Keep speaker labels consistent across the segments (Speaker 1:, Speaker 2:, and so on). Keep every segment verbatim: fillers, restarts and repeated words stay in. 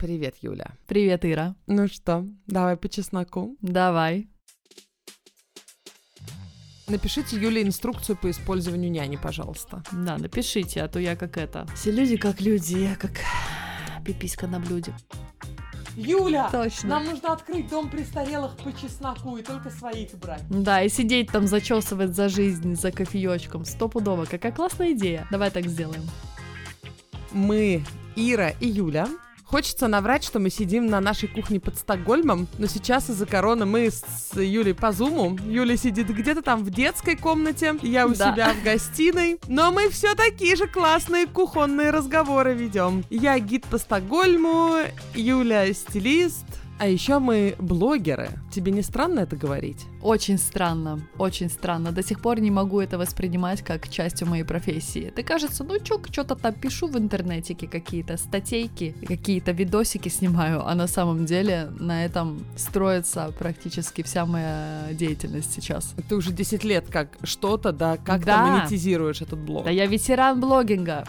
Speaker 1: Привет, Юля.
Speaker 2: Привет, Ира.
Speaker 1: Ну что, давай по чесноку?
Speaker 2: Давай.
Speaker 1: Напишите Юле инструкцию по использованию няни, пожалуйста.
Speaker 2: Да, напишите, а то я как это. Все люди как люди, я как пиписька на блюде.
Speaker 1: Юля!
Speaker 2: Точно.
Speaker 1: Нам нужно открыть дом престарелых по чесноку и только своих брать.
Speaker 2: Да, и сидеть там, зачесывать за жизнь, за кофеечком. Стопудово. Какая классная идея. Давай так сделаем.
Speaker 1: Мы, Ира и Юля. Хочется наврать, что мы сидим на нашей кухне под Стокгольмом, но сейчас из-за короны мы с Юлей по зуму. Юля сидит где-то там в детской комнате, я у
Speaker 2: да.
Speaker 1: себя в гостиной, но мы все такие же классные кухонные разговоры ведем. Я гид по Стокгольму, Юля стилист, а еще мы блогеры. Тебе не странно это говорить?
Speaker 2: Очень странно, очень странно. До сих пор не могу это воспринимать как частью моей профессии. Это кажется, ну чё, что-то там пишу в интернетике, какие-то статейки, какие-то видосики снимаю, а на самом деле на этом строится практически вся моя деятельность сейчас.
Speaker 1: Ты уже десять лет как что-то, да, как-то
Speaker 2: да.
Speaker 1: монетизируешь этот блог.
Speaker 2: Да я ветеран блогинга.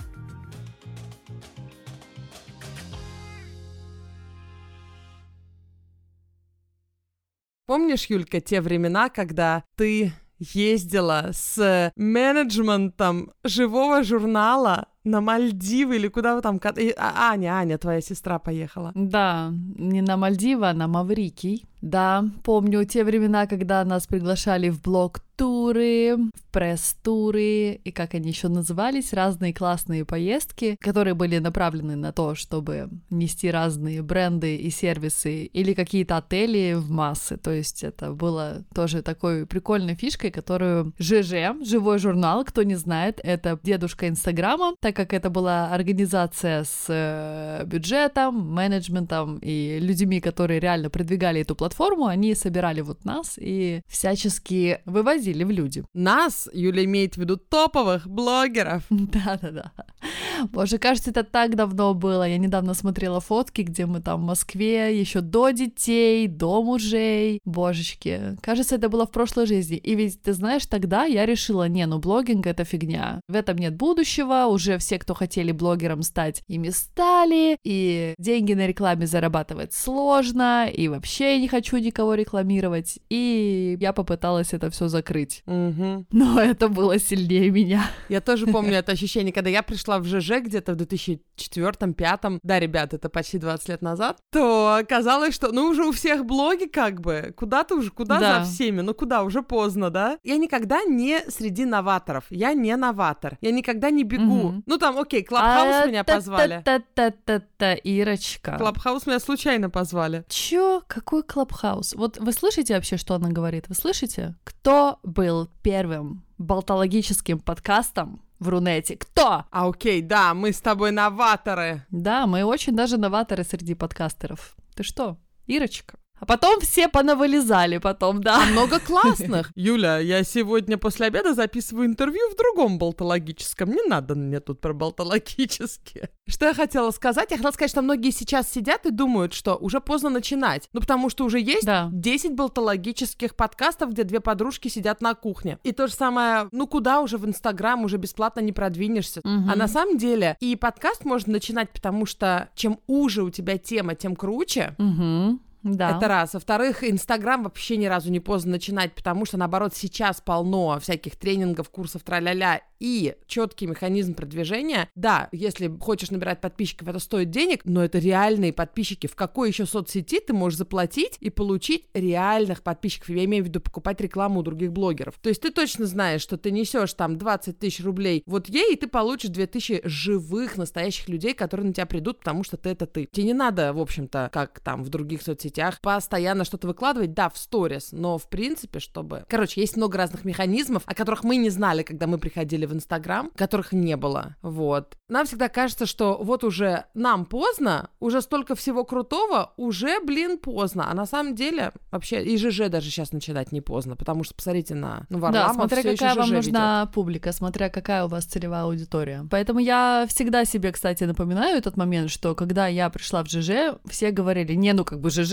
Speaker 1: Помнишь, Юлька, те времена, когда ты ездила с менеджментом живого журнала на Мальдивы или куда вы там... А, Аня, Аня, твоя сестра поехала.
Speaker 2: Да, не на Мальдивы, а на Маврикий. Да, помню те времена, когда нас приглашали в блог-туры, в пресс-туры, и как они еще назывались, разные классные поездки, которые были направлены на то, чтобы нести разные бренды и сервисы или какие-то отели в массы. То есть это было тоже такой прикольной фишкой, которую ЖЖ, живой журнал, кто не знает, это дедушка Инстаграма, так как это была организация с э, бюджетом, менеджментом и людьми, которые реально продвигали эту платформу, они собирали вот нас и всячески вывозили в люди.
Speaker 1: Нас, Юля имеет в виду топовых блогеров.
Speaker 2: Да-да-да. Боже, кажется, это так давно было. Я недавно смотрела фотки, где мы там в Москве, еще до детей, до мужей. Божечки. Кажется, это было в прошлой жизни. И ведь, ты знаешь, тогда я решила, не, ну блогинг — это фигня. В этом нет будущего. Уже все, кто хотели блогером стать, ими стали. И деньги на рекламе зарабатывать сложно. И вообще я не хочу никого рекламировать. И я попыталась это все закрыть.
Speaker 1: Угу.
Speaker 2: Но это было сильнее меня.
Speaker 1: Я тоже помню это ощущение, когда я пришла в ЖЖ где-то в две тысячи четвёртом — две тысячи пятом, да, ребят, это почти двадцать лет назад, то казалось, что, ну, уже у всех блоги как бы, куда-то уже, куда
Speaker 2: да.
Speaker 1: за всеми, ну, куда, уже поздно, да? Я никогда не среди новаторов, я не новатор, я никогда не бегу. Угу. Ну, там, окей, Клабхаус а меня позвали.
Speaker 2: Та-та-та-та-та, Ирочка.
Speaker 1: Клабхаус меня случайно позвали.
Speaker 2: Чё? Какой Клабхаус? Вот вы слышите вообще, что она говорит? Вы слышите? Кто был первым болтологическим подкастом в Рунете? Кто?
Speaker 1: А, окей, да, мы с тобой новаторы.
Speaker 2: Да, мы очень даже новаторы среди подкастеров. Ты что, Ирочка? А потом все понавылезали потом, да.
Speaker 1: А много классных. Юля, я сегодня после обеда записываю интервью в другом болтологическом. Не надо мне тут про болтологические. Что я хотела сказать? Я хотела сказать, что многие сейчас сидят и думают, что уже поздно начинать. Ну, потому что уже есть да. десять болтологических подкастов, где две подружки сидят на кухне. И то же самое, ну, куда уже в Инстаграм уже бесплатно не продвинешься. Угу. А на самом деле и подкаст можно начинать, потому что чем уже у тебя тема, тем круче.
Speaker 2: Угу. Да.
Speaker 1: Это раз. Во-вторых, Инстаграм вообще ни разу не поздно начинать, потому что, наоборот, сейчас полно всяких тренингов, курсов, тра-ля-ля и четкий механизм продвижения. Да, если хочешь набирать подписчиков, это стоит денег, но это реальные подписчики. В какой еще соцсети ты можешь заплатить и получить реальных подписчиков? Я имею в виду покупать рекламу у других блогеров. То есть ты точно знаешь, что ты несешь там двадцать тысяч рублей вот ей, и ты получишь две тысячи живых, настоящих людей, которые на тебя придут, потому что ты — это ты. Тебе не надо, в общем-то, как там в других соцсетях, постоянно что-то выкладывать, да, в сторис, но в принципе, чтобы... Короче, есть много разных механизмов, о которых мы не знали, когда мы приходили в Инстаграм, которых не было, вот. Нам всегда кажется, что вот уже нам поздно, уже столько всего крутого, уже, блин, поздно, а на самом деле вообще и ЖЖ даже сейчас начинать не поздно, потому что посмотрите на ну, Варламов,
Speaker 2: да, смотря
Speaker 1: всё
Speaker 2: какая
Speaker 1: еще
Speaker 2: вам
Speaker 1: ЖЖ
Speaker 2: нужна
Speaker 1: ведет.
Speaker 2: Публика, смотря какая у вас целевая аудитория. Поэтому я всегда себе, кстати, напоминаю этот момент, что когда я пришла в ЖЖ, все говорили, не, ну как бы ЖЖ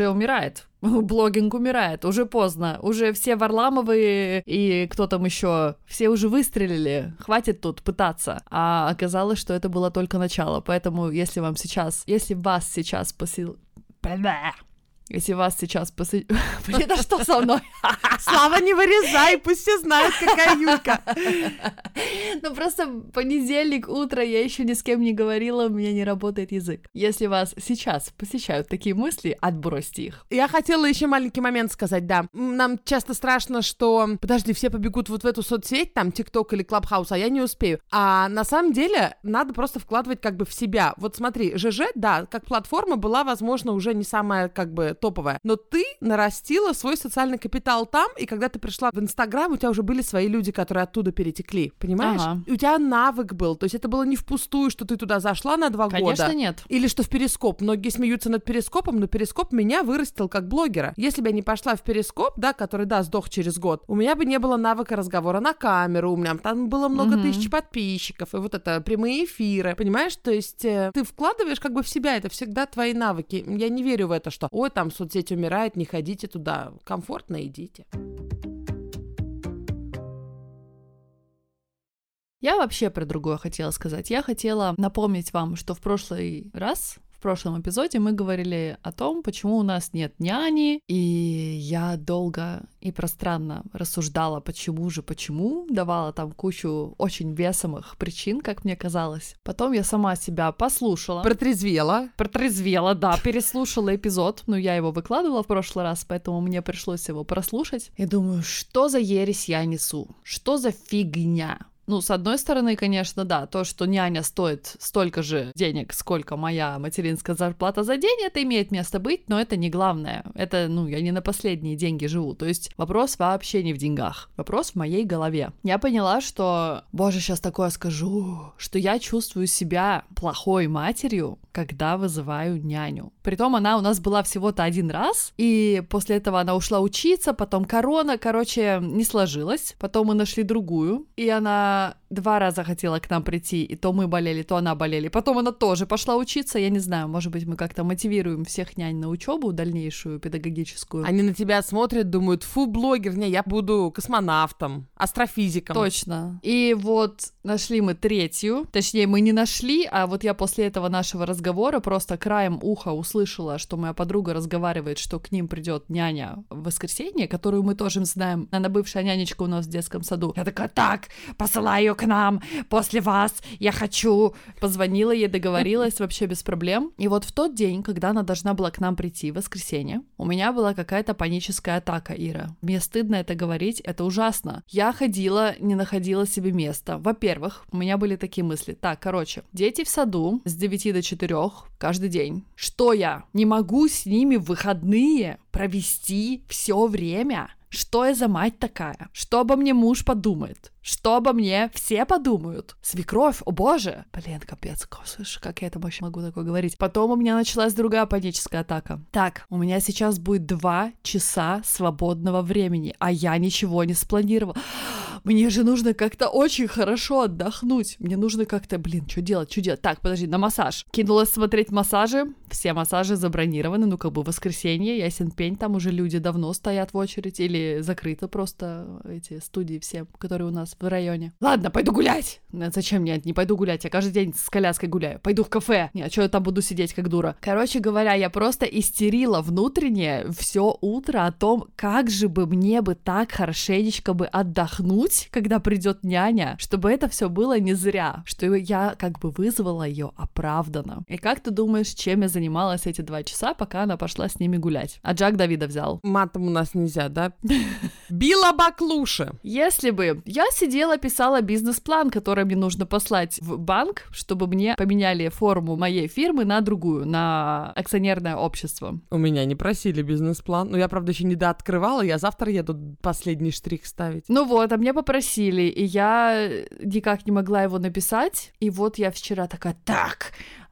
Speaker 2: уже умирает. Блогинг умирает, уже поздно, уже все Варламовы и кто там еще, все уже выстрелили, хватит тут пытаться. А оказалось, что это было только начало, поэтому если вам сейчас, если вас сейчас посил... Если вас сейчас посадить... Блин, а что со мной?
Speaker 1: Слава, не вырезай, пусть все знают, какая Юлька.
Speaker 2: Ну, просто понедельник, утро, я еще ни с кем не говорила, у меня не работает язык. Если вас сейчас посещают такие мысли, отбросьте их.
Speaker 1: Я хотела еще маленький момент сказать, да. Нам часто страшно, что... Подожди, все побегут вот в эту соцсеть, там, ТикТок или Клабхаус, а я не успею. А на самом деле надо просто вкладывать как бы в себя. Вот смотри, ЖЖ, да, как платформа была, возможно, уже не самая как бы топовая, но ты нарастила свой социальный капитал там, и когда ты пришла в Инстаграм, у тебя уже были свои люди, которые оттуда перетекли, понимаешь?
Speaker 2: Ага.
Speaker 1: И у тебя навык был, то есть это было не впустую, что ты туда зашла на два
Speaker 2: Конечно,
Speaker 1: года.
Speaker 2: Конечно, нет.
Speaker 1: Или что в Перископ. Многие смеются над Перископом, но Перископ меня вырастил как блогера. Если бы я не пошла в Перископ, да, который, да, сдох через год, у меня бы не было навыка разговора на камеру, у меня там было много
Speaker 2: Мгм.
Speaker 1: тысяч подписчиков, и вот это прямые эфиры, понимаешь? То есть э, ты вкладываешь как бы в себя, это всегда твои навыки. Я не верю в это, что, ой, там соцсеть умирает, не ходите туда. Комфортно идите.
Speaker 2: Я вообще про другое хотела сказать. Я хотела напомнить вам, что в прошлый раз, в прошлом эпизоде мы говорили о том, почему у нас нет няни, и я долго и пространно рассуждала, почему же, почему, давала там кучу очень весомых причин, как мне казалось. Потом я сама себя послушала.
Speaker 1: Протрезвела.
Speaker 2: Протрезвела, да, переслушала эпизод, ну, я его выкладывала в прошлый раз, поэтому мне пришлось его прослушать. И думаю, что за ересь я несу? Что за фигня? Ну, с одной стороны, конечно, да, то, что няня стоит столько же денег, сколько моя материнская зарплата за день, это имеет место быть, но это не главное. Это, ну, я не на последние деньги живу. То есть вопрос вообще не в деньгах. Вопрос в моей голове. Я поняла, что, боже, сейчас такое скажу, что я чувствую себя плохой матерью, когда вызываю няню. Притом она у нас была всего-то один раз, и после этого она ушла учиться, потом корона, короче, не сложилось. Потом мы нашли другую, и она два раза хотела к нам прийти, и то мы болели, то она болели. Потом она тоже пошла учиться, я не знаю, может быть, мы как-то мотивируем всех нянь на учебу дальнейшую, педагогическую.
Speaker 1: Они на тебя смотрят, думают, фу, блогер, не, я буду космонавтом, астрофизиком.
Speaker 2: Точно. И вот нашли мы третью, точнее, мы не нашли, а вот я после этого нашего разговора просто краем уха услышала, что моя подруга разговаривает, что к ним придет няня в воскресенье, которую мы тоже знаем, она бывшая нянечка у нас в детском саду. Я такая, так, посылаю ее к нам после вас, я хочу. Позвонила ей, договорилась, вообще без проблем. И вот в тот день, когда она должна была к нам прийти, в воскресенье, у меня была какая-то паническая атака, Ира. Мне стыдно это говорить, это ужасно. Я ходила, не находила себе места. Во-первых, у меня были такие мысли. Так, короче, дети в саду с девяти до четырёх каждый день. Что я? Не могу с ними в выходные провести все время? Что я за мать такая? Что обо мне муж подумает? Что обо мне все подумают? Свекровь, о боже! Блин, капец, слышишь, как я это вообще могу такое говорить? Потом у меня началась другая паническая атака. Так, у меня сейчас будет два часа свободного времени, а я ничего не спланировала. Мне же нужно как-то очень хорошо отдохнуть. Мне нужно как-то, блин, что делать, что делать? Так, подожди, на массаж. Кинулась смотреть массажи. Все массажи забронированы, ну как бы воскресенье, ясен пень, там уже люди давно стоят в очередь, или закрыты просто эти студии все, которые у нас в районе. Ладно, пойду гулять. Зачем? Нет, не пойду гулять, я каждый день с коляской гуляю. Пойду в кафе. Нет, что я там буду сидеть как дура? Короче говоря, я просто истерила внутренне все утро о том, как же бы мне бы так хорошенечко бы отдохнуть, когда придет няня, чтобы это все было не зря, что я как бы вызвала ее оправданно. И как ты думаешь, чем я занималась эти два часа, пока она пошла с ними гулять? А Джак Давида взял.
Speaker 1: Матом у нас нельзя, да? Била баклуши.
Speaker 2: Если бы я сидела, писала бизнес-план, который мне нужно послать в банк, чтобы мне поменяли форму моей фирмы на другую, на акционерное общество.
Speaker 1: У меня не просили бизнес-план. Ну, я, правда, еще не дооткрывала, я завтра еду последний штрих ставить.
Speaker 2: Ну вот, а мне попросили, и я никак не могла его написать. И вот я вчера такая, так,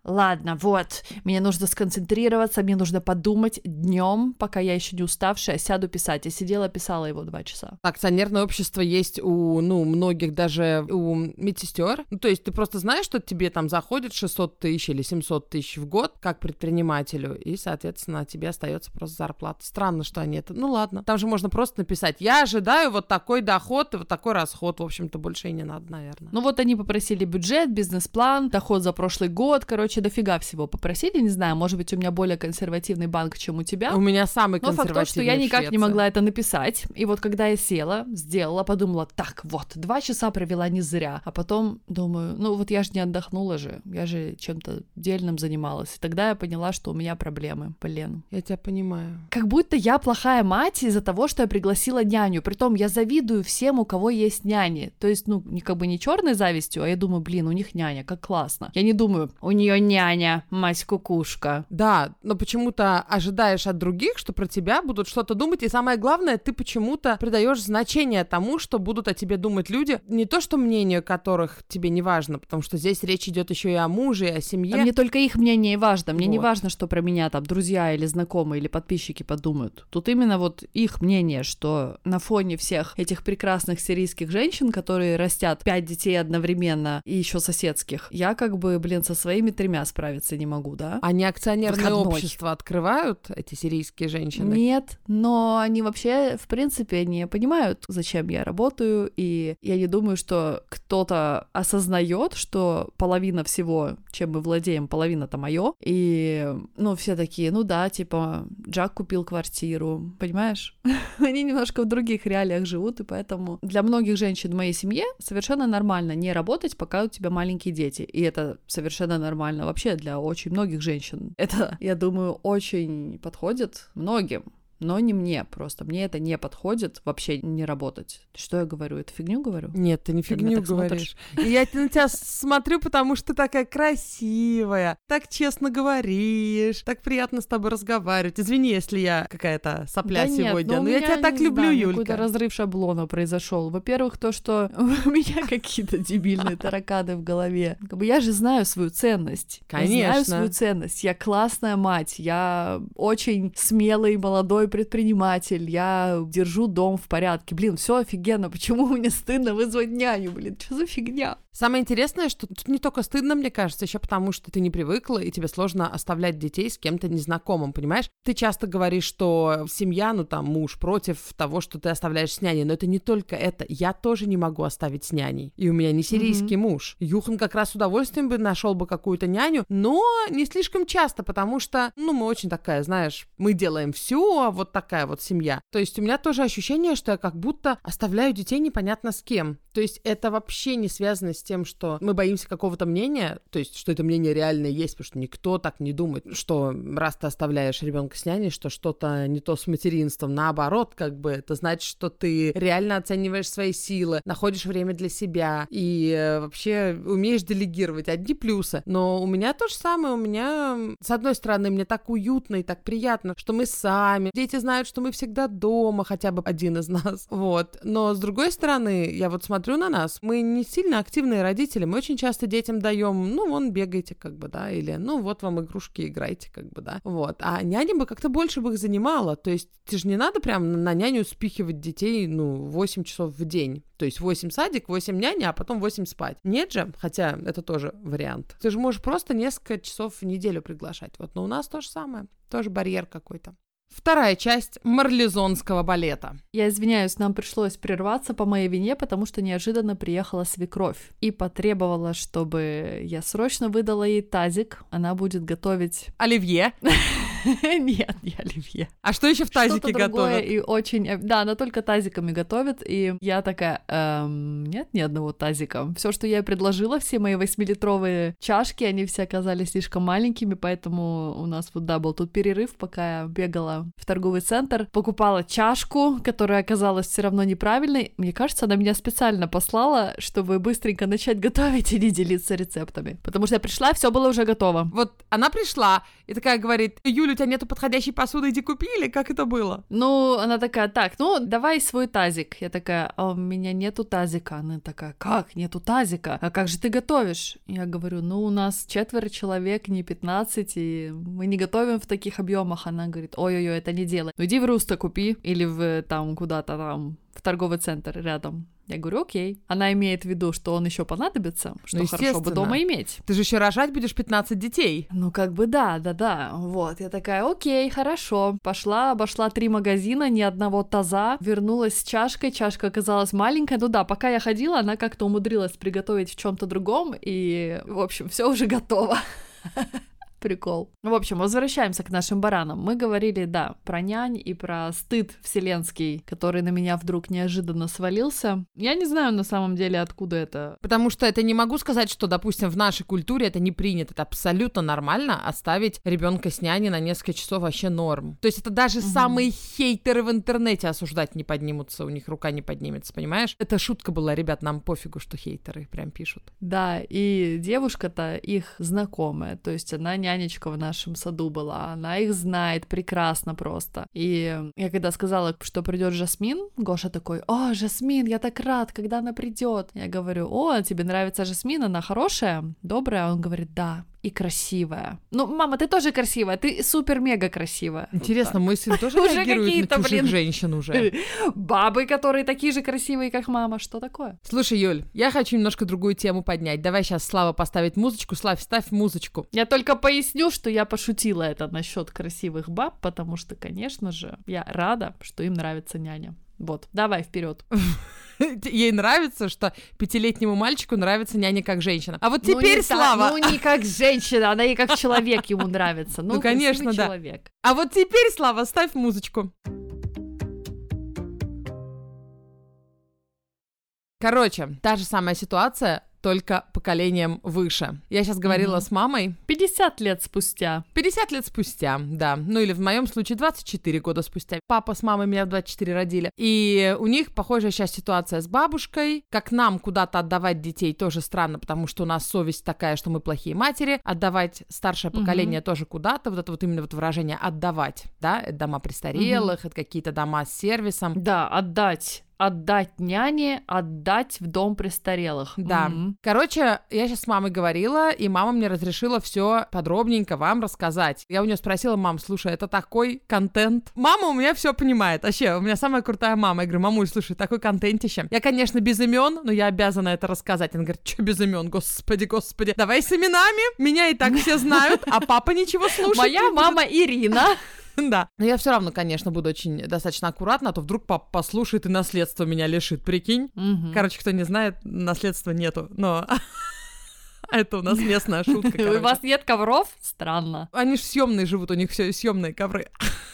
Speaker 2: ладно, вот, мне нужно сконцентрироваться, мне нужно подумать днем, пока я еще не уставшая, сяду писать. Я сидела, писала его два часа.
Speaker 1: Акционерное общество есть у, ну, многих, даже у медсестер. Ну, то есть ты просто знаешь, что тебе там заходит шестьсот тысяч или семьсот тысяч в год, как предпринимателю, и, соответственно, тебе остается просто зарплата. Странно, что они это... Ну, ладно. Там же можно просто написать, я ожидаю вот такой доход и вот такой расход. В общем-то, больше и не надо, наверное.
Speaker 2: Ну, вот они попросили бюджет, бизнес-план, доход за прошлый год, короче, дофига всего попросили, не знаю, может быть, у меня более консервативный банк, чем у тебя.
Speaker 1: У меня самый
Speaker 2: консервативный. Но факт в том, что я никак не могла это написать. И вот когда я села, сделала, подумала, так, вот, два часа провела не зря. А потом думаю, ну вот я же не отдохнула же, я же чем-то дельным занималась. И тогда я поняла, что у меня проблемы, блин.
Speaker 1: Я тебя понимаю.
Speaker 2: Как будто я плохая мать из-за того, что я пригласила няню. Притом я завидую всем, у кого есть няни. То есть, ну, как бы не черной завистью, а я думаю, блин, у них няня, как классно. Я не думаю, у нее няня, мать-кукушка.
Speaker 1: Да, но почему-то ожидаешь от других, что про тебя будут что-то думать, и самое главное, ты почему-то придаешь значение тому, что будут о тебе думать люди, не то что мнение которых тебе не важно, потому что здесь речь идет еще и о муже, и о семье.
Speaker 2: А мне только их мнение важно, мне
Speaker 1: вот.
Speaker 2: Не важно, что про меня там друзья или знакомые или подписчики подумают. Тут именно вот их мнение, что на фоне всех этих прекрасных сирийских женщин, которые растят пять детей одновременно и еще соседских, я как бы, блин, со своими тремя справиться не могу, да?
Speaker 1: Они акционерное общество открывают, эти сирийские женщины?
Speaker 2: Нет, но они вообще, в принципе, не понимают, зачем я работаю, и я не думаю, что кто-то осознает, что половина всего, чем мы владеем, половина-то моё, и, ну, все такие, ну да, типа, Джак купил квартиру, понимаешь? Они немножко в других реалиях живут, и поэтому для многих женщин в моей семье совершенно нормально не работать, пока у тебя маленькие дети, и это совершенно нормально вообще для очень многих женщин. Это, я думаю, очень подходит многим. Но не мне просто. Мне это не подходит вообще не работать. Что я говорю? Это фигню говорю?
Speaker 1: Нет, ты не
Speaker 2: Ты
Speaker 1: фигню говоришь. И я на тебя смотрю, потому что ты такая красивая, так честно говоришь, так приятно с тобой разговаривать. Извини, если я какая-то сопля
Speaker 2: да
Speaker 1: сегодня,
Speaker 2: нет,
Speaker 1: но я тебя так люблю,
Speaker 2: знаю,
Speaker 1: Юлька.
Speaker 2: Какой-то разрыв шаблона произошел. Во-первых, то, что у меня какие-то дебильные тараканы в голове. Как бы я же знаю свою ценность.
Speaker 1: Конечно.
Speaker 2: Я знаю свою ценность. Я классная мать. Я очень смелый молодой предприниматель, я держу дом в порядке. Блин, все офигенно, почему мне стыдно вызвать няню, блин, что за фигня?
Speaker 1: Самое интересное, что тут не только стыдно, мне кажется, еще потому, что ты не привыкла, и тебе сложно оставлять детей с кем-то незнакомым, понимаешь? Ты часто говоришь, что семья, ну там, муж против того, что ты оставляешь с няней, но это не только это. Я тоже не могу оставить с няней, и у меня не сирийский mm-hmm. муж. Юхан как раз с удовольствием бы нашел бы какую-то няню, но не слишком часто, потому что, ну, мы очень такая, знаешь, мы делаем все, а вот такая вот семья. То есть у меня тоже ощущение, что я как будто оставляю детей непонятно с кем. То есть это вообще не связано с тем, что мы боимся какого-то мнения, то есть что это мнение реально есть, потому что никто так не думает, что раз ты оставляешь ребенка с няней, что что-то не то с материнством. Наоборот, как бы это значит, что ты реально оцениваешь свои силы, находишь время для себя и э, вообще умеешь делегировать. Одни плюсы. Но у меня то же самое. У меня, с одной стороны, мне так уютно и так приятно, что мы сами. Дети знают, что мы всегда дома, хотя бы один из нас. Вот. Но с другой стороны, я вот смотрю на нас. Мы не сильно активные родители. Мы очень часто детям даем, ну, вон, бегайте, как бы, да, или, ну, вот вам игрушки, играйте, как бы, да. Вот. А няня бы как-то больше бы их занимала. То есть, тебе же не надо прям на няню спихивать детей, ну, восемь часов в день. То есть восемь садик, восемь няня, а потом восемь спать. Нет же, хотя это тоже вариант. Ты же можешь просто несколько часов в неделю приглашать. Вот, но у нас то же самое. Тоже барьер какой-то. Вторая часть марлезонского балета.
Speaker 2: Я извиняюсь, нам пришлось прерваться по моей вине, потому что неожиданно приехала свекровь и потребовала, чтобы я срочно выдала ей тазик. Она будет готовить...
Speaker 1: Оливье?
Speaker 2: Нет, не оливье.
Speaker 1: А что еще в тазике готовят?
Speaker 2: И очень... Да, она только тазиками готовит, и я такая, эм, нет ни одного тазика. Все, что я ей предложила, все мои восьмилитровые чашки, они все оказались слишком маленькими, поэтому у нас вот, да, был тут перерыв, пока я бегала в торговый центр, покупала чашку, которая оказалась все равно неправильной. Мне кажется, она меня специально послала, чтобы быстренько начать готовить и не делиться рецептами. Потому что я пришла, и все было уже готово.
Speaker 1: Вот она пришла и такая говорит: Юля, у тебя нету подходящей посуды, иди купи, или как это было?
Speaker 2: Ну, она такая, так, ну, давай свой тазик. Я такая, а у меня нету тазика. Она такая, как нету тазика? А как же ты готовишь? Я говорю, ну, у нас четверо человек, не пятнадцать, и мы не готовим в таких объемах. Она говорит, ой-ой-ой, это не делай. Ну, иди в Руста купи, или в там куда-то там, в торговый центр рядом. Я говорю, окей. Она имеет в виду, что он еще понадобится, что
Speaker 1: ну,
Speaker 2: хорошо бы дома иметь.
Speaker 1: Ты же еще рожать будешь пятнадцать детей.
Speaker 2: Ну, как бы да, да-да. Вот, я такая, окей, хорошо. Пошла, обошла три магазина, ни одного таза, вернулась с чашкой, чашка оказалась маленькая. Ну да, пока я ходила, она как-то умудрилась приготовить в чем-то другом, и, в общем, все уже готово. Прикол. В общем, возвращаемся к нашим баранам. Мы говорили, да, про нянь и про стыд вселенский, который на меня вдруг неожиданно свалился. Я не знаю на самом деле, откуда это.
Speaker 1: Потому что это не могу сказать, что, допустим, в нашей культуре это не принято. Это абсолютно нормально оставить ребенка с няней на несколько часов, вообще норм. То есть это даже угу. самые хейтеры в интернете осуждать не поднимутся, у них рука не поднимется, понимаешь? Это шутка была, ребят, нам пофигу, что хейтеры прям пишут.
Speaker 2: Да, и девушка-то их знакомая, то есть она не нянечка в нашем саду была, она их знает прекрасно просто. И я когда сказала, что придет Жасмин, Гоша такой, о, Жасмин, я так рад, когда она придет. Я говорю, о, тебе нравится Жасмин, она хорошая, добрая? Он говорит, да. И красивая. Ну, мама, ты тоже красивая, ты супер-мега красивая.
Speaker 1: Интересно, вот мой сын тоже реагирует на чужих женщин уже?
Speaker 2: Бабы, которые такие же красивые, как мама, что такое?
Speaker 1: Слушай, Юль, я хочу немножко другую тему поднять. Давай сейчас Слава поставит музычку. Слав, ставь музычку.
Speaker 2: Я только поясню, что я пошутила это насчет красивых баб, потому что, конечно же, я рада, что им нравится няня. Вот, давай вперед.
Speaker 1: Ей нравится, что пятилетнему мальчику нравится няня как женщина. А вот теперь,
Speaker 2: ну,
Speaker 1: Слава...
Speaker 2: Так, ну, не как женщина, она и как человек ему нравится. Ну,
Speaker 1: ну конечно, да.
Speaker 2: Человек.
Speaker 1: А вот теперь, Слава, ставь музычку. Короче, та же самая ситуация, только поколением выше. Я сейчас говорила mm-hmm. с мамой.
Speaker 2: пятьдесят лет спустя.
Speaker 1: пятьдесят лет спустя, да. Ну или в моем случае двадцать четыре года спустя. Папа с мамой меня в двадцать четыре родили. И у них похожая сейчас ситуация с бабушкой. Как нам куда-то отдавать детей тоже странно, потому что у нас совесть такая, что мы плохие матери. Отдавать старшее поколение mm-hmm. тоже куда-то. Вот это вот именно вот выражение «отдавать». Да, это дома престарелых, mm-hmm. это какие-то дома с сервисом.
Speaker 2: Да, отдать. Отдать няне, отдать в дом престарелых.
Speaker 1: Да. Mm-hmm. Короче, я сейчас с мамой говорила, и мама мне разрешила все подробненько вам рассказать. Я у нее спросила, мам, слушай, это такой контент? Мама у меня все понимает. Вообще, у меня самая крутая мама. Я говорю, мамуль, слушай, такой контентище. Я, конечно, без имен, но я обязана это рассказать. Она говорит, что без имен? Господи, господи. Давай с именами. Меня и так все знают, а папа ничего слушает.
Speaker 2: Моя мама Ирина.
Speaker 1: Да. Но я все равно, конечно, буду очень достаточно аккуратна, а то вдруг папа послушает и наследство меня лишит, прикинь.
Speaker 2: Угу.
Speaker 1: Короче, кто не знает, наследства нету, но... Это у нас местная шутка, короче.
Speaker 2: У вас нет ковров? Странно.
Speaker 1: Они ж съемные живут, у них все съемные ковры.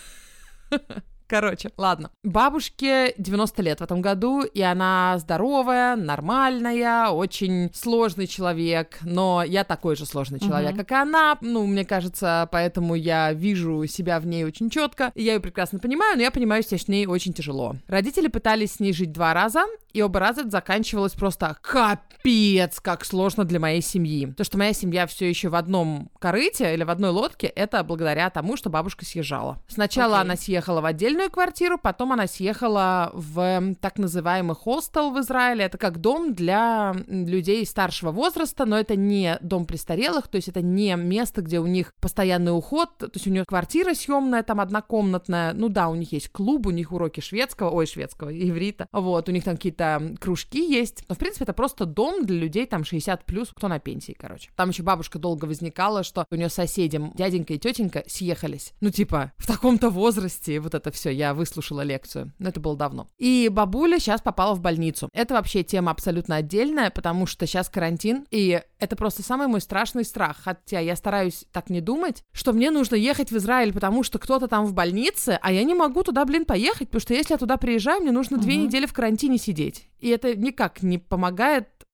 Speaker 1: Короче, ладно. Бабушке девяносто лет в этом году, и она здоровая, нормальная, очень сложный человек, но я такой же сложный человек, uh-huh. как и она, ну, мне кажется, поэтому я вижу себя в ней очень четко, я ее прекрасно понимаю, но я понимаю себя с ней очень тяжело. Родители пытались с ней жить два раза, и оба раза это заканчивалось просто капец, как сложно для моей семьи. То, что моя семья все еще в одном корыте или в одной лодке, это благодаря тому, что бабушка съезжала. Сначала okay. она съехала в отдельную квартиру, потом она съехала в так называемый хостел в Израиле. Это как дом для людей старшего возраста, но это не дом престарелых, то есть это не место, где у них постоянный уход, то есть у нее квартира съемная, там однокомнатная, ну да, у них есть клуб, у них уроки шведского, ой, шведского, иврита, вот, у них там какие-то кружки есть, но в принципе это просто дом для людей там шестьдесят плюс, кто на пенсии, короче. Там еще бабушка долго возникала, что у нее соседи, дяденька и тетенька съехались, ну типа в таком-то возрасте, вот это все, я выслушала лекцию, но это было давно. И бабуля сейчас попала в больницу. Это вообще тема абсолютно отдельная, потому что сейчас карантин, и это просто самый мой страшный страх, хотя я стараюсь так не думать, что мне нужно ехать в Израиль, потому что кто-то там в больнице, а я не могу туда, блин, поехать, потому что если я туда приезжаю, мне нужно две uh-huh. недели в карантине сидеть. И это никак не помогает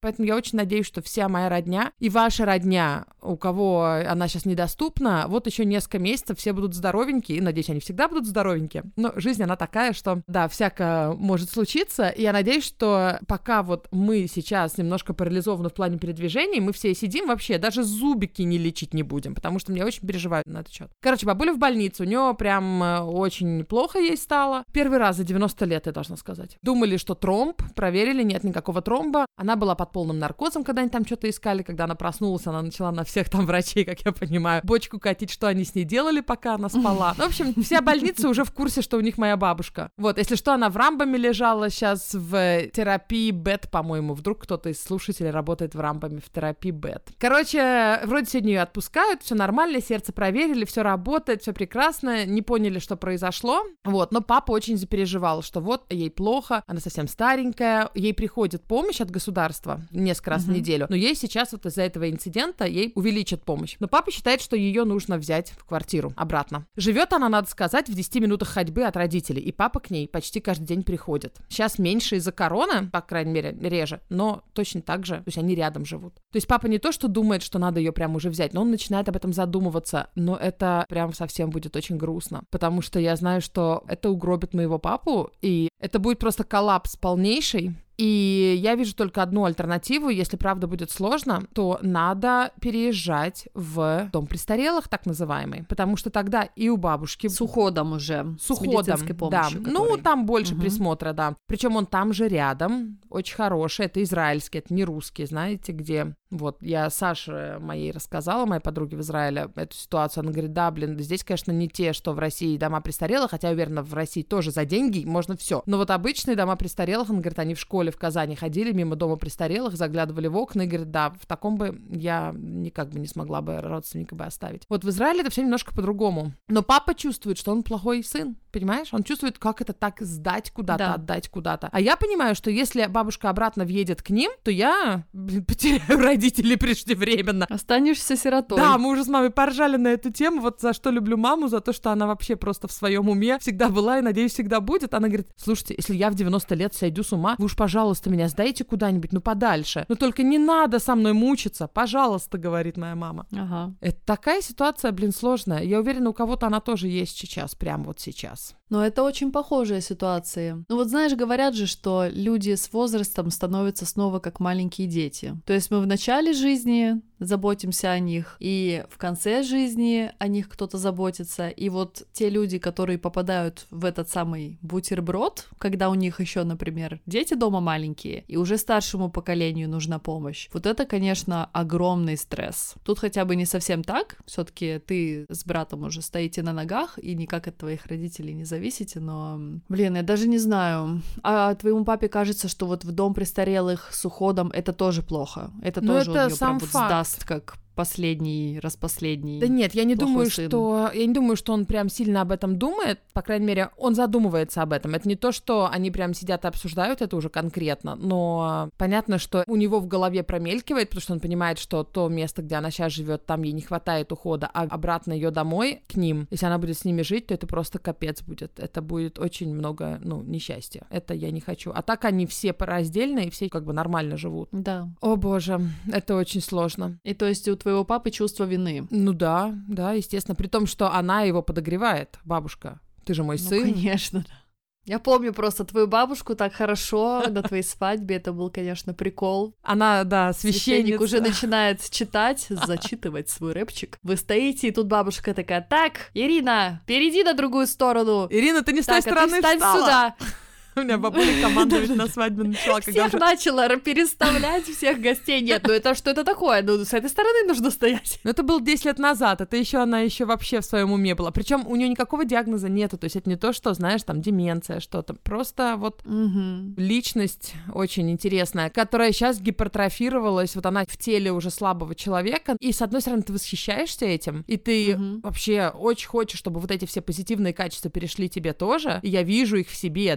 Speaker 1: Поэтому я очень надеюсь, что вся моя родня и ваша родня, у кого она сейчас недоступна, вот еще несколько месяцев все будут здоровенькие, и, надеюсь, они всегда будут здоровенькие. Но жизнь, она такая, что, да, всякое может случиться, и я надеюсь, что пока вот мы сейчас немножко парализованы в плане передвижений, мы все сидим вообще, даже зубики не лечить не будем, потому что меня очень переживают на этот счет. Короче, бабуля в больнице, у нее прям очень плохо ей стало. Первый раз за девяносто лет, я должна сказать. Думали, что тромб, проверили, нет никакого тромба. Она была под полным наркозом, когда они там что-то искали, когда она проснулась, она начала на всех там врачей, как я понимаю, бочку катить, что они с ней делали, пока она спала. Ну, в общем, вся больница уже в курсе, что у них моя бабушка. Вот, если что, она в Рамбаме лежала сейчас в терапии БЭТ, по-моему. Вдруг кто-то из слушателей работает в Рамбаме в терапии БЭТ. Короче, вроде сегодня ее отпускают, все нормально, сердце проверили, все работает, все прекрасно, не поняли, что произошло. Вот, но папа очень запереживал, что вот ей плохо, она совсем старенькая, ей приходит помощь от государства несколько раз uh-huh. в неделю, но ей сейчас вот из-за этого инцидента ей увеличат помощь. Но папа считает, что ее нужно взять в квартиру обратно. Живет она, надо сказать, в десяти минутах ходьбы от родителей, и папа к ней почти каждый день приходит. Сейчас меньше из-за короны, по крайней мере, реже, но точно так же, то есть они рядом живут. То есть папа не то, что думает, что надо ее прям уже взять, но он начинает об этом задумываться, но это прям совсем будет очень грустно, потому что я знаю, что это угробит моего папу, и это будет просто коллапс полнейший. И я вижу только одну альтернативу, если правда будет сложно, то надо переезжать в дом престарелых, так называемый, потому что тогда и у бабушки...
Speaker 2: С уходом уже,
Speaker 1: с уходом, с медицинской помощью, да. Который... Ну, там больше угу. присмотра, да. Причем он там же рядом, очень хороший, это израильский, это не русский, знаете, где... Вот, я Саше моей рассказала, моей подруге в Израиле, эту ситуацию, она говорит, да, блин, здесь, конечно, не те, что в России дома престарелых, хотя, уверена, в России тоже за деньги можно все. Но вот обычные дома престарелых, она говорит, они в школе в Казани ходили мимо дома престарелых, заглядывали в окна и говорит, да, в таком бы я никак бы не смогла бы родственника бы оставить. Вот в Израиле это все немножко по-другому. Но папа чувствует, что он плохой сын, понимаешь? Он чувствует, как это так сдать куда-то, да. отдать куда-то. А я понимаю, что если бабушка обратно въедет к ним, то я, блин, потеряю родителей преждевременно.
Speaker 2: Останешься сиротой.
Speaker 1: Да, мы уже с мамой поржали на эту тему, вот за что люблю маму, за то, что она вообще просто в своем уме всегда была и, надеюсь, всегда будет. Она говорит, слушайте, если я в девяносто лет сойду с ума, вы уж, пожалуйста, меня сдайте куда-нибудь, ну, подальше. Но только не надо со мной мучиться, пожалуйста, говорит моя мама.
Speaker 2: Ага.
Speaker 1: Это такая ситуация, блин, сложная. Я уверена, у кого-то она тоже есть сейчас, прямо вот сейчас.
Speaker 2: Но это очень похожие ситуации. Ну вот знаешь, говорят же, что люди с возрастом становятся снова как маленькие дети. То есть мы в начале жизни заботимся о них, и в конце жизни о них кто-то заботится. И вот те люди, которые попадают в этот самый бутерброд, когда у них еще, например, дети дома маленькие, и уже старшему поколению нужна помощь, вот это, конечно, огромный стресс. Тут хотя бы не совсем так, все-таки ты с братом уже стоите на ногах, и никак от твоих родителей не зависите, но, блин, я даже не знаю. А твоему папе кажется, что вот в дом престарелых с уходом это тоже плохо. Это
Speaker 1: но
Speaker 2: тоже
Speaker 1: это
Speaker 2: он её прям вот
Speaker 1: факт.
Speaker 2: Сдаст как последний, распоследний.
Speaker 1: Да нет, я не думаю,
Speaker 2: сын.
Speaker 1: что я не думаю, что он прям сильно об этом думает. По крайней мере, он задумывается об этом. Это не то, что они прям сидят и обсуждают это уже конкретно, но понятно, что у него в голове промелькивает, потому что он понимает, что то место, где она сейчас живет, там ей не хватает ухода, а обратно ее домой к ним, если она будет с ними жить, то это просто капец будет. Это будет очень много, ну, несчастья. Это я не хочу. А так они все раздельно и все как бы нормально живут.
Speaker 2: Да.
Speaker 1: О боже, это очень сложно.
Speaker 2: И то есть у твоего папы чувство вины.
Speaker 1: Ну да, да, естественно. При том, что она его подогревает, бабушка. Ты же мой
Speaker 2: ну,
Speaker 1: сын.
Speaker 2: Конечно. Я помню просто твою бабушку так хорошо на твоей свадьбе. Это был, конечно, прикол.
Speaker 1: Она, да, священник.
Speaker 2: Священник уже начинает читать, зачитывать свой рэпчик. Вы стоите, и тут бабушка такая, так, Ирина, перейди на другую сторону.
Speaker 1: Ирина, ты не с той
Speaker 2: так,
Speaker 1: стороны
Speaker 2: а ты встань
Speaker 1: встала.
Speaker 2: сюда.
Speaker 1: У меня бабуля командовать на свадьбе начала.
Speaker 2: Всех начала переставлять, всех гостей. Нет, ну это что это такое? Ну, с этой стороны нужно стоять.
Speaker 1: Ну, это было десять лет назад, это еще она еще вообще в своем уме была. Причем у нее никакого диагноза нету, то есть это не то, что, знаешь, там, деменция, что-то. Просто вот
Speaker 2: угу.
Speaker 1: личность очень интересная, которая сейчас гипертрофировалась, вот она в теле уже слабого человека, и, с одной стороны, ты восхищаешься этим, и ты угу. вообще очень хочешь, чтобы вот эти все позитивные качества перешли тебе тоже, и я вижу их в себе, да, лидер,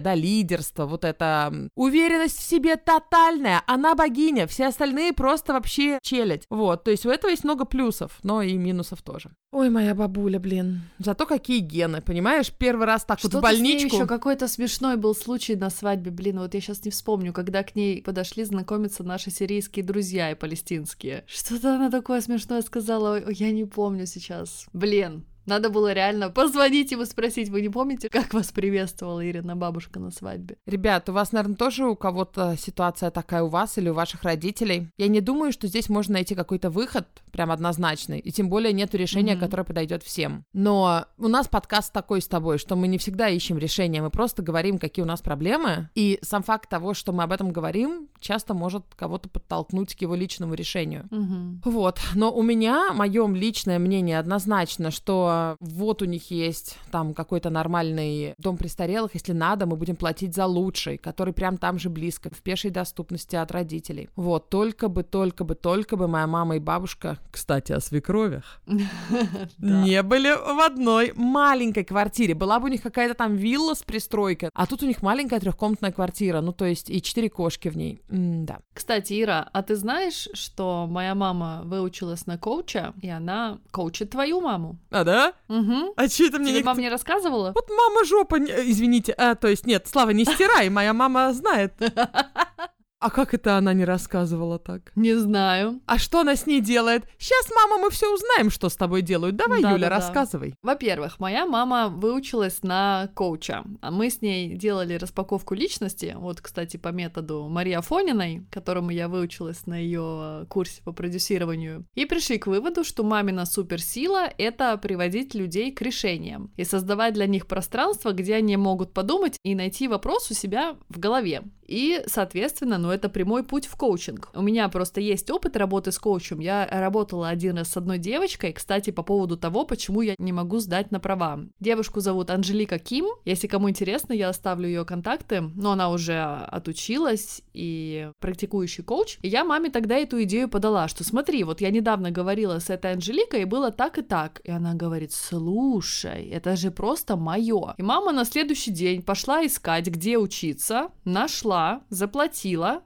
Speaker 1: лидерство, вот это уверенность в себе тотальная, она богиня, все остальные просто вообще челядь. Вот, то есть у этого есть много плюсов, но и минусов тоже. Ой, моя бабуля, блин. Зато какие гены, понимаешь? Первый раз так
Speaker 2: Что-то
Speaker 1: вот в больничку.
Speaker 2: еще какой-то смешной был случай на свадьбе, блин, вот я сейчас не вспомню, когда к ней подошли знакомиться наши сирийские друзья и палестинские. Что-то она такое смешное сказала, ой, я не помню сейчас. Блин. Надо было реально позвонить ему спросить, вы не помните, как вас приветствовала Ирина бабушка на свадьбе?
Speaker 1: Ребят, у вас, наверное, тоже у кого-то ситуация такая у вас или у ваших родителей? Я не думаю, что здесь можно найти какой-то выход прям однозначный, и тем более нету решения, mm-hmm. которое подойдет всем. Но у нас подкаст такой с тобой, что мы не всегда ищем решения, мы просто говорим, какие у нас проблемы, и сам факт того, что мы об этом говорим, часто может кого-то подтолкнуть к его личному решению.
Speaker 2: Mm-hmm.
Speaker 1: Вот, но у меня, мое личное мнение однозначно, что вот у них есть там какой-то нормальный дом престарелых, если надо, мы будем платить за лучший, который прям там же близко, в пешей доступности от родителей. Вот, только бы, только бы, только бы моя мама и бабушка, кстати, о свекровях, не были в одной маленькой квартире. Была бы у них какая-то там вилла с пристройкой, а тут у них маленькая трехкомнатная квартира, ну то есть и четыре кошки в ней. Да.
Speaker 2: Кстати, Ира, а ты знаешь, что моя мама выучилась на коуча, и она коучит твою маму?
Speaker 1: А, да?
Speaker 2: Угу.
Speaker 1: А что это мне...
Speaker 2: Тебе
Speaker 1: никто...
Speaker 2: мама не рассказывала?
Speaker 1: Вот мама жопа, извините, а, то есть нет, Слава, не стирай, моя мама знает. А как это она не рассказывала так?
Speaker 2: Не знаю.
Speaker 1: А что она с ней делает? Сейчас, мама, мы все узнаем, что с тобой делают. Давай, да, Юля, да, рассказывай.
Speaker 2: Да. Во-первых, моя мама выучилась на коуча. А мы с ней делали распаковку личности. Вот, кстати, по методу Марии Афониной, которому я выучилась на ее курсе по продюсированию. И пришли к выводу, что мамина суперсила — это приводить людей к решениям и создавать для них пространство, где они могут подумать и найти вопрос у себя в голове. И, соответственно, ну, это прямой путь в коучинг. У меня просто есть опыт работы с коучем. Я работала один раз с одной девочкой, кстати, по поводу того, почему я не могу сдать на права. Девушку зовут Анжелика Ким. Если кому интересно, я оставлю ее контакты. Но она уже отучилась и практикующий коуч. И я маме тогда эту идею подала, что смотри, вот я недавно говорила с этой Анжеликой, и было так и так. И она говорит, слушай, это же просто мое. И мама на следующий день пошла искать, где учиться, нашла, заплатила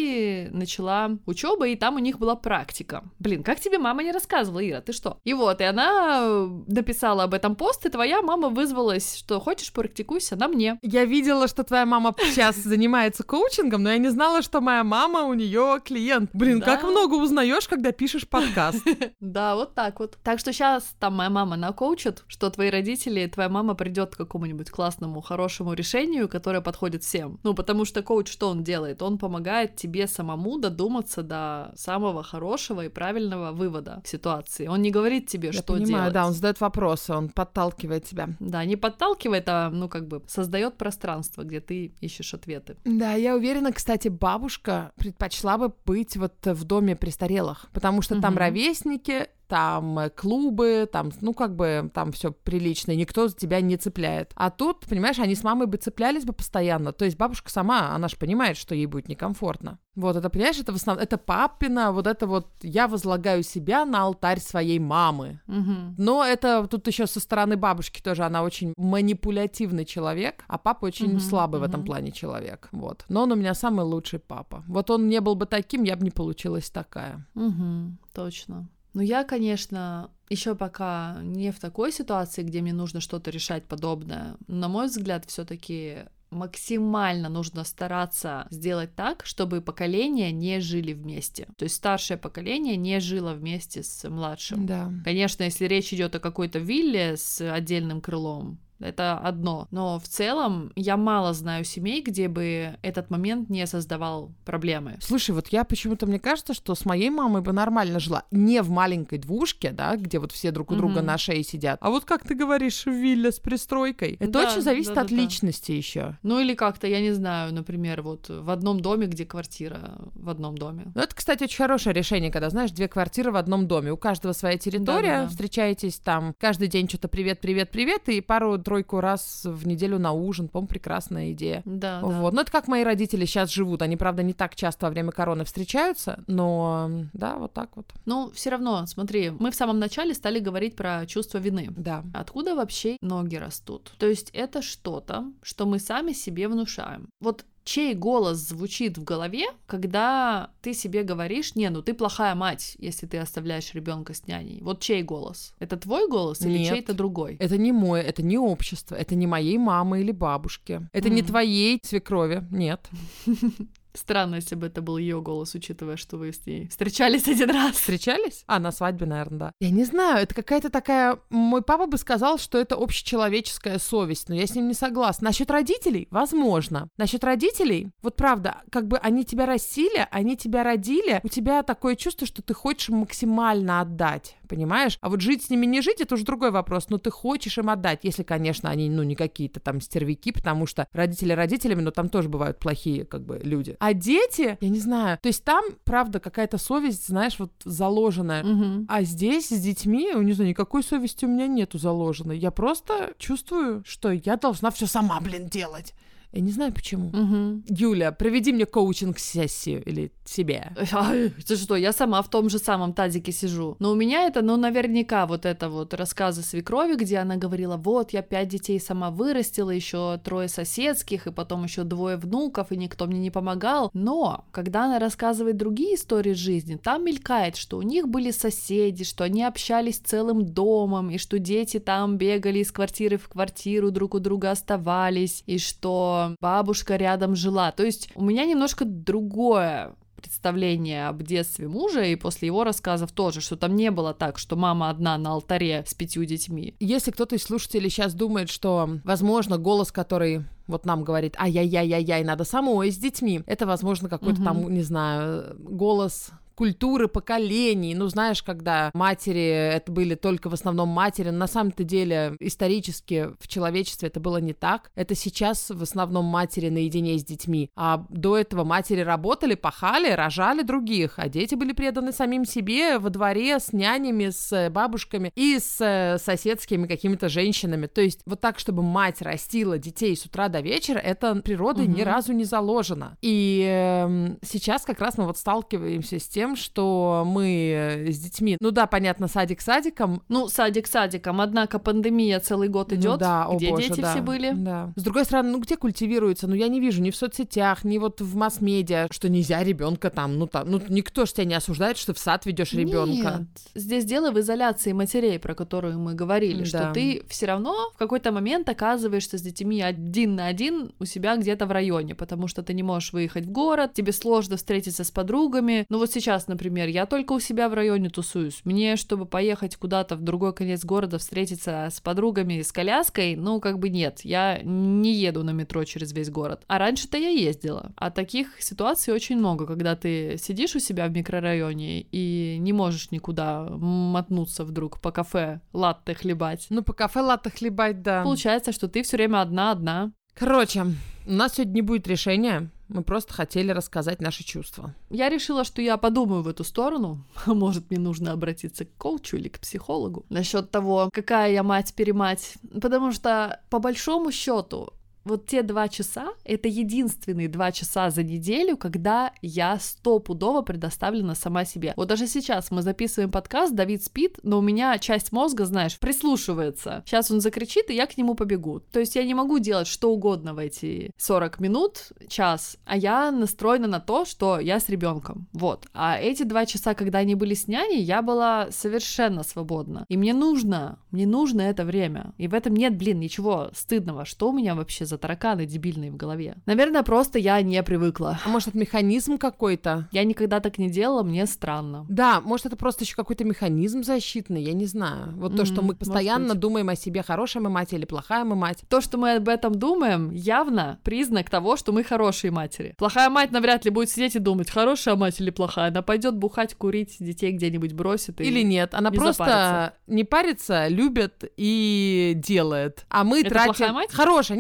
Speaker 2: и начала учебу, и там у них была практика. Блин, как тебе мама не рассказывала, Ира, ты что? И вот, и она написала об этом пост, и твоя мама вызвалась, что хочешь, практикуйся на мне.
Speaker 1: Я видела, что твоя мама сейчас занимается коучингом, но я не знала, что моя мама у нее клиент. Блин, как много узнаешь, когда пишешь подкаст.
Speaker 2: Да, вот так вот. Так что сейчас там моя мама накоучит, что твои родители, твоя мама придет к какому-нибудь классному, хорошему решению, которое подходит всем. Ну, потому что коуч что он делает? Он помогает тебе самому додуматься до самого хорошего и правильного вывода в ситуации. Он не говорит тебе,
Speaker 1: Я
Speaker 2: что
Speaker 1: понимаю,
Speaker 2: делать.
Speaker 1: Да, он задает вопросы, он подталкивает тебя.
Speaker 2: Да, не подталкивает, а, ну, как бы, создает пространство, где ты ищешь ответы.
Speaker 1: Да, я уверена, кстати, бабушка предпочла бы быть вот в доме престарелых, потому что mm-hmm. там ровесники, там клубы, там, ну, как бы, там все прилично, никто за тебя не цепляет. А тут, понимаешь, они с мамой бы цеплялись бы постоянно, то есть бабушка сама, она же понимает, что ей будет некомфортно. Вот, это, понимаешь, это в основном, это папина, вот это вот, я возлагаю себя на алтарь своей мамы.
Speaker 2: Угу.
Speaker 1: Но это тут еще со стороны бабушки тоже, она очень манипулятивный человек, а папа очень
Speaker 2: угу,
Speaker 1: слабый
Speaker 2: угу.
Speaker 1: в этом плане человек, вот. Но он у меня самый лучший папа. Вот он не был бы таким, я бы не получилась такая.
Speaker 2: Угу, точно. Ну, я, конечно, еще пока не в такой ситуации, где мне нужно что-то решать подобное. На мой взгляд, все-таки максимально нужно стараться сделать так, чтобы поколения не жили вместе. То есть старшее поколение не жило вместе с младшим.
Speaker 1: Да.
Speaker 2: Конечно, если речь идет о какой-то вилле с отдельным крылом, это одно. Но в целом я мало знаю семей, где бы этот момент не создавал проблемы.
Speaker 1: Слушай, вот я почему-то, мне кажется, что с моей мамой бы нормально жила. Не в маленькой двушке, да, где вот все друг у друга mm-hmm. на шее сидят. А вот как ты говоришь, в вилле с пристройкой. Это да, очень зависит да, от да, личности да. еще.
Speaker 2: Ну или как-то, я не знаю, например, вот в одном доме, где квартира в одном доме.
Speaker 1: Ну это, кстати, очень хорошее решение, когда, знаешь, две квартиры в одном доме. У каждого своя территория, да, да, да. встречаетесь там каждый день что-то привет, привет, привет, и пару тройку раз в неделю на ужин, по-моему, прекрасная идея.
Speaker 2: Да,
Speaker 1: вот.
Speaker 2: да.
Speaker 1: Ну, это как мои родители сейчас живут. Они, правда, не так часто во время короны встречаются, но да, вот так вот.
Speaker 2: Ну, все равно, смотри, мы в самом начале стали говорить про чувство вины.
Speaker 1: Да.
Speaker 2: Откуда вообще ноги растут? То есть это что-то, что мы сами себе внушаем. Вот чей голос звучит в голове, когда ты себе говоришь: не, ну ты плохая мать, если ты оставляешь ребенка с няней. Вот чей голос? Это твой голос или
Speaker 1: Нет,
Speaker 2: чей-то другой?
Speaker 1: Это не мой, это не общество, это не моей мамы или бабушки. Это mm. не твоей свекрови, нет.
Speaker 2: Странно, если бы это был ее голос, учитывая, что вы с ней встречались один раз.
Speaker 1: Встречались? А, на свадьбе, наверное, да. Я не знаю, это какая-то такая... Мой папа бы сказал, что это общечеловеческая совесть, но я с ним не согласна. Насчет родителей? Возможно. Насчет родителей? Вот правда, как бы они тебя растили, они тебя родили, у тебя такое чувство, что ты хочешь им максимально отдать, понимаешь? А вот жить с ними, не жить, это уже другой вопрос, но ты хочешь им отдать, если, конечно, они, ну, не какие-то там стервяки, потому что родители родителями, но там тоже бывают плохие, как бы, люди. А дети, я не знаю, то есть там, правда, какая-то совесть, знаешь, вот заложенная.
Speaker 2: Угу.
Speaker 1: А здесь с детьми, не знаю, никакой совести у меня нету заложенной. Я просто чувствую, что я должна все сама, блин, делать. Я не знаю, почему.
Speaker 2: Угу.
Speaker 1: Юля, проведи мне коучинг-сессию или себе.
Speaker 2: Ай, ты что, я сама в том же самом тазике сижу. Но у меня это, ну, наверняка вот это вот рассказы свекрови, где она говорила: вот, я пять детей сама вырастила, еще трое соседских, и потом еще двое внуков, и никто мне не помогал. Но, когда она рассказывает другие истории жизни, там мелькает, что у них были соседи, что они общались целым домом, и что дети там бегали из квартиры в квартиру, друг у друга оставались, и что бабушка рядом жила. То есть у меня немножко другое представление об детстве мужа, и после его рассказов тоже, что там не было так, что мама одна на алтаре с пятью детьми.
Speaker 1: Если кто-то из слушателей сейчас думает, что, возможно, голос, который вот нам говорит: ай-яй-яй-яй-яй, надо самой с детьми, это, возможно, какой-то угу. там, не знаю, голос культуры поколений. Ну, знаешь, когда матери, это были только в основном матери, но на самом-то деле исторически в человечестве это было не так. Это сейчас в основном матери наедине с детьми. А до этого матери работали, пахали, рожали других, а дети были преданы самим себе во дворе с нянями, с бабушками и с соседскими какими-то женщинами. То есть вот так, чтобы мать растила детей с утра до вечера, это природой угу. ни разу не заложено. И э, сейчас как раз мы вот сталкиваемся с тем, что мы с детьми, ну да, понятно, садик садиком.
Speaker 2: Ну, садик садиком, однако пандемия целый год идет, ну, да, где
Speaker 1: боже,
Speaker 2: дети
Speaker 1: да,
Speaker 2: все были.
Speaker 1: Да. С другой стороны, ну где культивируется? Ну я не вижу ни в соцсетях, ни вот в масс-медиа, что нельзя ребенка там, ну там, ну никто ж тебя не осуждает, что в сад ведешь ребенка.
Speaker 2: Нет, здесь дело в изоляции матерей, про которую мы говорили, да. что ты все равно в какой-то момент оказываешься с детьми один на один у себя где-то в районе, потому что ты не можешь выехать в город, тебе сложно встретиться с подругами. Ну вот сейчас, например, я только у себя в районе тусуюсь. Мне, чтобы поехать куда-то в другой конец города, встретиться с подругами с коляской, ну, как бы нет, я не еду на метро через весь город. А раньше-то я ездила. А таких ситуаций очень много, когда ты сидишь у себя в микрорайоне и не можешь никуда мотнуться вдруг по кафе латте хлебать.
Speaker 1: Ну, по кафе латте хлебать, да.
Speaker 2: Получается, что ты все время одна-одна.
Speaker 1: Короче, у нас сегодня не будет решения. Мы просто хотели рассказать наши чувства.
Speaker 2: Я решила, что я подумаю в эту сторону. Может, мне нужно обратиться к коучу или к психологу насчет того, какая я мать-перемать. Потому что, по большому счету, вот те два часа — это единственные два часа за неделю, когда я стопудово предоставлена сама себе. Вот даже сейчас мы записываем подкаст, Давид спит, но у меня часть мозга, знаешь, прислушивается. Сейчас он закричит, и я к нему побегу. То есть я не могу делать что угодно в эти сорок минут, час, а я настроена на то, что я с ребенком. Вот. А эти два часа, когда они были с няней, я была совершенно свободна. И мне нужно, мне нужно это время. И в этом нет, блин, ничего стыдного. Что у меня вообще за тараканы дебильные в голове? Наверное, просто я не привыкла.
Speaker 1: А может, это механизм какой-то?
Speaker 2: Я никогда так не делала, мне странно.
Speaker 1: Да, может, это просто еще какой-то механизм защитный, я не знаю. Вот mm-hmm, то, что мы постоянно думаем о себе, хорошая мы мать или плохая мы мать.
Speaker 2: То, что мы об этом думаем, явно признак того, что мы хорошие матери. Плохая мать навряд ли будет сидеть и думать, хорошая мать или плохая. Она пойдет бухать, курить, детей где-нибудь бросит. И
Speaker 1: или нет, она
Speaker 2: не
Speaker 1: просто
Speaker 2: запарится.
Speaker 1: не парится, любит и делает. А мы
Speaker 2: это
Speaker 1: тратим...
Speaker 2: плохая мать?
Speaker 1: Хорошая, не, я говорю,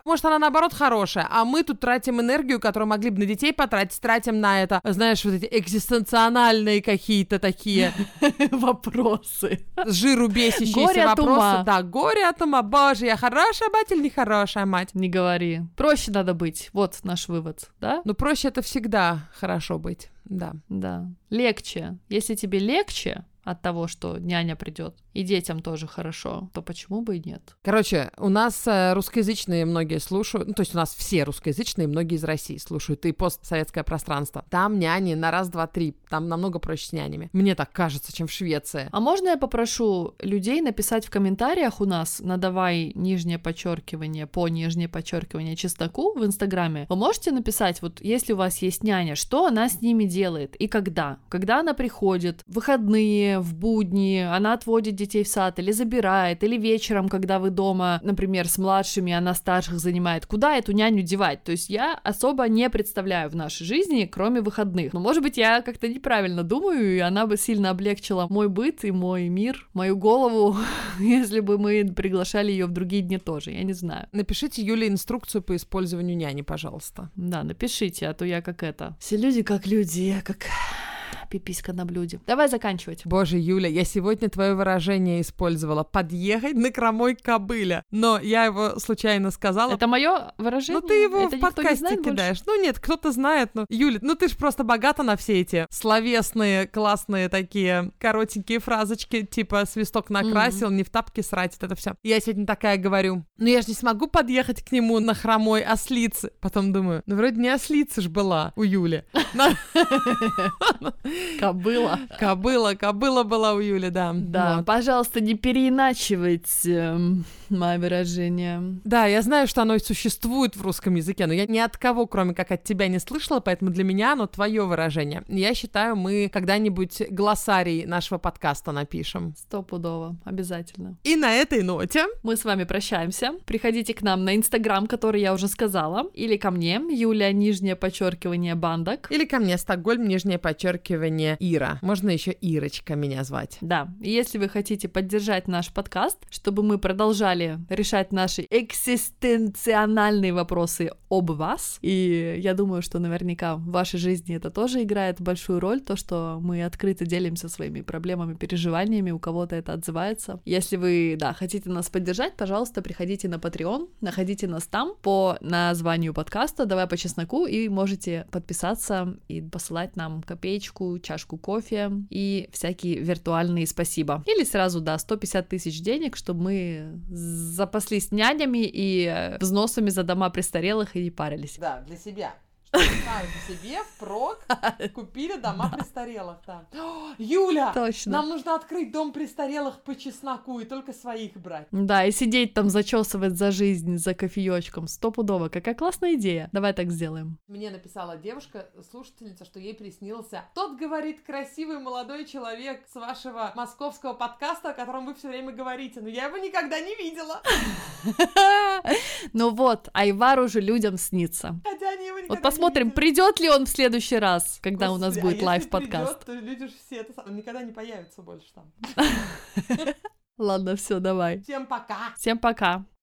Speaker 1: Может, она наоборот хорошая, а мы тут тратим энергию, которую могли бы на детей потратить, тратим на это, знаешь, вот эти экзистенциональные какие-то такие
Speaker 2: вопросы.
Speaker 1: С жиру бесящиеся вопросы. Да, горе от ума. Боже, я хорошая мать или нехорошая мать?
Speaker 2: Не говори. Проще надо быть. Вот наш вывод, да?
Speaker 1: Ну, проще это всегда хорошо быть, да.
Speaker 2: Да. Легче. Если тебе легче от того, что няня придет, и детям тоже хорошо, то почему бы и нет?
Speaker 1: Короче, у нас э, русскоязычные многие слушают, ну, то есть у нас все русскоязычные, многие из России слушают, и постсоветское пространство. Там няни на раз, два, три, там намного проще с нянями. Мне так кажется, чем в Швеции.
Speaker 2: А можно я попрошу людей написать в комментариях у нас на давай нижнее подчеркивание по нижнее подчеркивание чесноку в Инстаграме? Вы можете написать, вот если у вас есть няня, что она с ними делает и когда? Когда она приходит, в выходные, в будни, она отводит детей в сад или забирает, или вечером, когда вы дома, например, с младшими, она старших занимает, куда эту няню девать? То есть я особо не представляю в нашей жизни, кроме выходных. Но, может быть, я как-то неправильно думаю, и она бы сильно облегчила мой быт и мой мир, мою голову, если бы мы приглашали ее в другие дни тоже, я не знаю.
Speaker 1: Напишите Юле инструкцию по использованию няни, пожалуйста.
Speaker 2: Да, напишите, а то я как это. Все люди как люди, я как... пиписька на блюде. Давай заканчивать.
Speaker 1: Боже, Юля, я сегодня твое выражение использовала. Подъехать на хромой кобыле. Но я его случайно сказала.
Speaker 2: Это мое выражение?
Speaker 1: Ну ты его
Speaker 2: Это
Speaker 1: в подкасте кидаешь. Больше? Ну нет, кто-то знает. Ну, Юля, ну ты ж просто богата на все эти словесные, классные такие коротенькие фразочки, типа свисток накрасил, mm-hmm. не в тапке срать, это все. Я сегодня такая говорю, ну я же не смогу подъехать к нему на хромой ослице. Потом думаю, ну вроде не ослица ж была у Юли.
Speaker 2: Кобыла.
Speaker 1: Кобыла, кобыла была у Юли, да.
Speaker 2: Да, вот. Пожалуйста, не переиначивайте э, мое выражение.
Speaker 1: Да, я знаю, что оно существует в русском языке, но я ни от кого, кроме как от тебя, не слышала, поэтому для меня оно твое выражение. Я считаю, мы когда-нибудь глоссарий нашего подкаста напишем.
Speaker 2: Стопудово, обязательно.
Speaker 1: И на этой ноте
Speaker 2: мы с вами прощаемся. Приходите к нам на Инстаграм, который я уже сказала, или ко мне, Юля, нижнее подчеркивание, Бандак.
Speaker 1: Или ко мне, Стокгольм, нижнее подчеркивание, Ира. Можно еще Ирочка меня звать.
Speaker 2: Да, и если вы хотите поддержать наш подкаст, чтобы мы продолжали решать наши экзистенциональные вопросы об вас, и я думаю, что наверняка в вашей жизни это тоже играет большую роль, то, что мы открыто делимся своими проблемами, переживаниями, у кого-то это отзывается. Если вы, да, хотите нас поддержать, пожалуйста, приходите на Patreon, находите нас там по названию подкаста «Давай по чесноку», и можете подписаться и посылать нам копеечку, чашку кофе и всякие виртуальные спасибо. Или сразу, да, сто пятьдесят тысяч денег, чтобы мы запаслись нянями и взносами за дома престарелых и не парились.
Speaker 1: Да, для себя. Что мы себе впрок купили дома престарелых. Да. О, Юля!
Speaker 2: Точно.
Speaker 1: Нам нужно открыть дом престарелых по чесноку и только своих брать.
Speaker 2: Да, и сидеть там, зачесывать за жизнь, за кофеечком. Стопудово. Какая классная идея. Давай так сделаем.
Speaker 1: Мне написала девушка, слушательница, что ей приснился тот, говорит, красивый молодой человек с вашего московского подкаста, о котором вы все время говорите. Но я его никогда не видела.
Speaker 2: Ну вот, Айвар уже людям снится.
Speaker 1: Хотя они его никогда не
Speaker 2: Посмотрим, придет ли он в следующий раз, когда Господи, у нас будет а лайв-подкаст.
Speaker 1: Придет, то люди же все это он никогда не появится больше там.
Speaker 2: Ладно, все, давай.
Speaker 1: Всем пока.
Speaker 2: Всем пока.